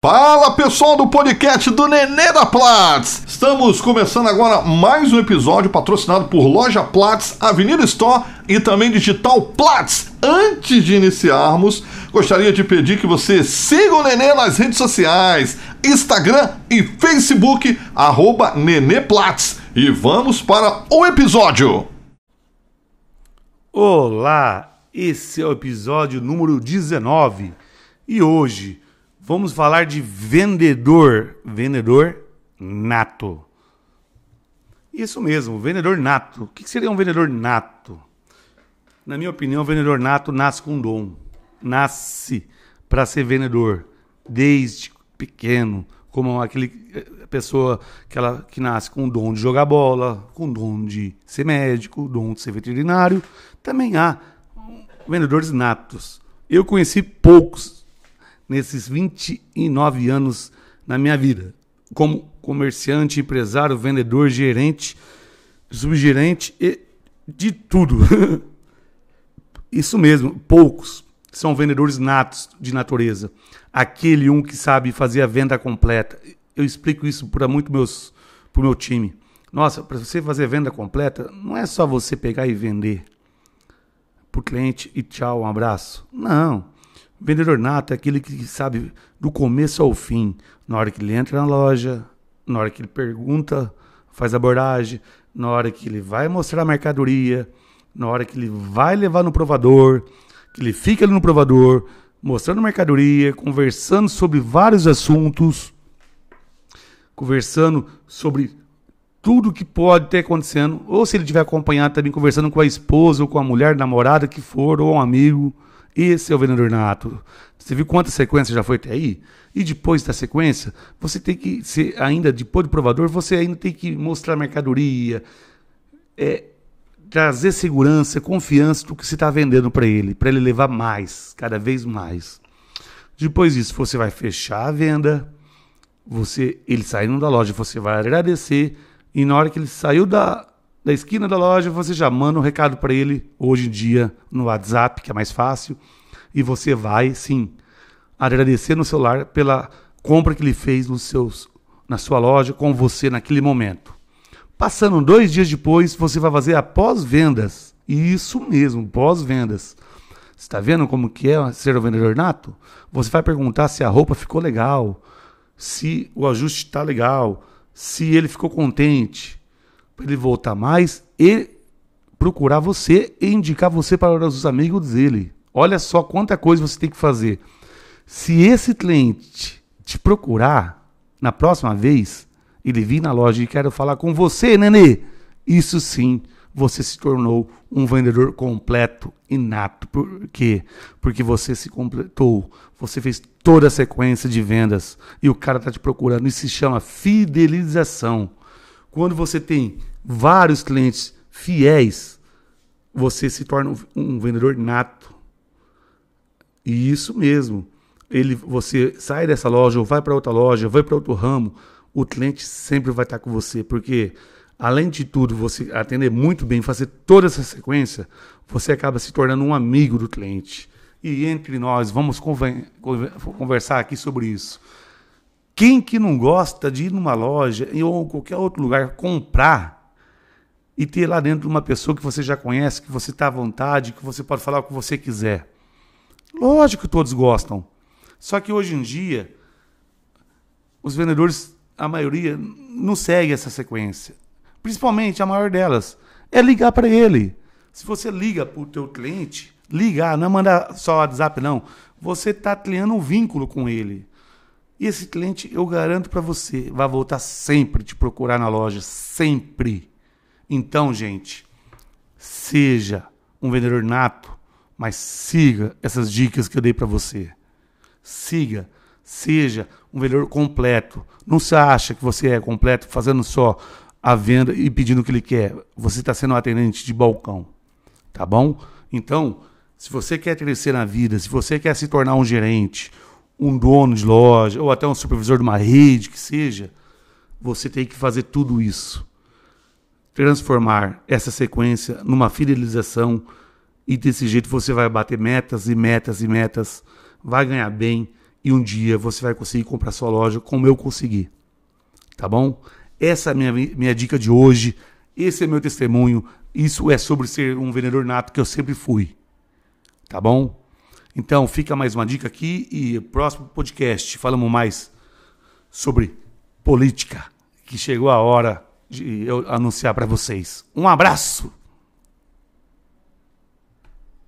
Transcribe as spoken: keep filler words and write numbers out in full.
Fala pessoal do podcast do Nenê da Platts! Estamos começando agora mais um episódio patrocinado por Loja Platts, Avenida Store e também Digital Platts. Antes de iniciarmos, gostaria de pedir que você siga o Nenê nas redes sociais, Instagram e Facebook, arroba Nenê Platts. E vamos para o episódio! Olá, esse é o episódio número dezenove e hoje vamos falar de vendedor, vendedor nato. Isso mesmo, vendedor nato. O que seria um vendedor nato? Na minha opinião, o vendedor nato nasce com dom. Nasce para ser vendedor desde pequeno, como aquele pessoa que, ela, que nasce com o dom de jogar bola, com o dom de ser médico, o dom de ser veterinário. Também há vendedores natos. Eu conheci poucos nesses vinte e nove anos na minha vida, como comerciante, empresário, vendedor, gerente, subgerente e de tudo. Isso mesmo, poucos são vendedores natos de natureza. Aquele um que sabe fazer a venda completa. Eu explico isso para muito meus, para o meu time. Nossa, para você fazer a venda completa, não é só você pegar e vender para o cliente e tchau, um abraço. Não. Vendedor nato é aquele que sabe do começo ao fim. Na hora que ele entra na loja, na hora que ele pergunta, faz abordagem, na hora que ele vai mostrar a mercadoria, na hora que ele vai levar no provador, que ele fica ali no provador, mostrando mercadoria, conversando sobre vários assuntos, conversando sobre tudo que pode ter acontecendo, ou se ele estiver acompanhado também, conversando com a esposa, ou com a mulher, namorada que for, ou um amigo. Esse é o vendedor nato. Você viu quanta sequência já foi até aí? E depois da sequência, você tem que ser, ainda depois do provador, você ainda tem que mostrar mercadoria, é, trazer segurança, confiança do que você está vendendo para ele, para ele levar mais, cada vez mais. Depois disso, você vai fechar a venda, você, ele saindo da loja, você vai agradecer, e na hora que ele saiu da, da esquina da loja, você já manda um recado para ele, hoje em dia, no WhatsApp, que é mais fácil, e você vai, sim, agradecer no celular pela compra que ele fez nos seus, na sua loja, com você naquele momento. Passando dois dias depois, você vai fazer a pós-vendas. Isso mesmo, pós-vendas. Você está vendo como que é ser o vendedor nato? Você vai perguntar se a roupa ficou legal, se o ajuste está legal, se ele ficou contente, para ele voltar mais e procurar você e indicar você para os amigos dele. Olha só quanta coisa você tem que fazer. Se esse cliente te procurar na próxima vez, ele vir na loja e quer falar com você, Nenê, isso sim, você se tornou um vendedor completo e nato. Por quê? Porque você se completou, você fez toda a sequência de vendas e o cara está te procurando. Isso se chama fidelização. Quando você tem vários clientes fiéis, você se torna um vendedor nato. E isso mesmo. Ele, você sai dessa loja ou vai para outra loja, vai para outro ramo, o cliente sempre vai estar com você. Porque, além de tudo, você atender muito bem, fazer toda essa sequência, você acaba se tornando um amigo do cliente. E entre nós, vamos conversar aqui sobre isso. Quem que não gosta de ir numa loja ou qualquer outro lugar comprar e ter lá dentro uma pessoa que você já conhece, que você está à vontade, que você pode falar o que você quiser? Lógico que todos gostam. Só que hoje em dia, os vendedores, a maioria, não segue essa sequência. Principalmente a maior delas. É ligar para ele. Se você liga para o teu cliente, ligar, não é mandar só WhatsApp, não. Você está criando um vínculo com ele. E esse cliente, eu garanto para você, vai voltar sempre te procurar na loja, sempre. Então, gente, seja um vendedor nato, mas siga essas dicas que eu dei para você. Siga, seja um vendedor completo. Não se acha que você é completo fazendo só a venda e pedindo o que ele quer. Você está sendo um atendente de balcão, tá bom? Então, se você quer crescer na vida, se você quer se tornar um gerente, um dono de loja, ou até um supervisor de uma rede, que seja, você tem que fazer tudo isso. Transformar essa sequência numa fidelização e desse jeito você vai bater metas e metas e metas, vai ganhar bem E um dia você vai conseguir comprar sua loja como eu consegui. Tá bom? Essa é a minha, minha dica de hoje. Esse é meu testemunho. Isso é sobre ser um vendedor nato que eu sempre fui. Tá bom? Então fica mais uma dica aqui e próximo podcast falamos mais sobre política, que chegou a hora de eu anunciar para vocês. Um abraço!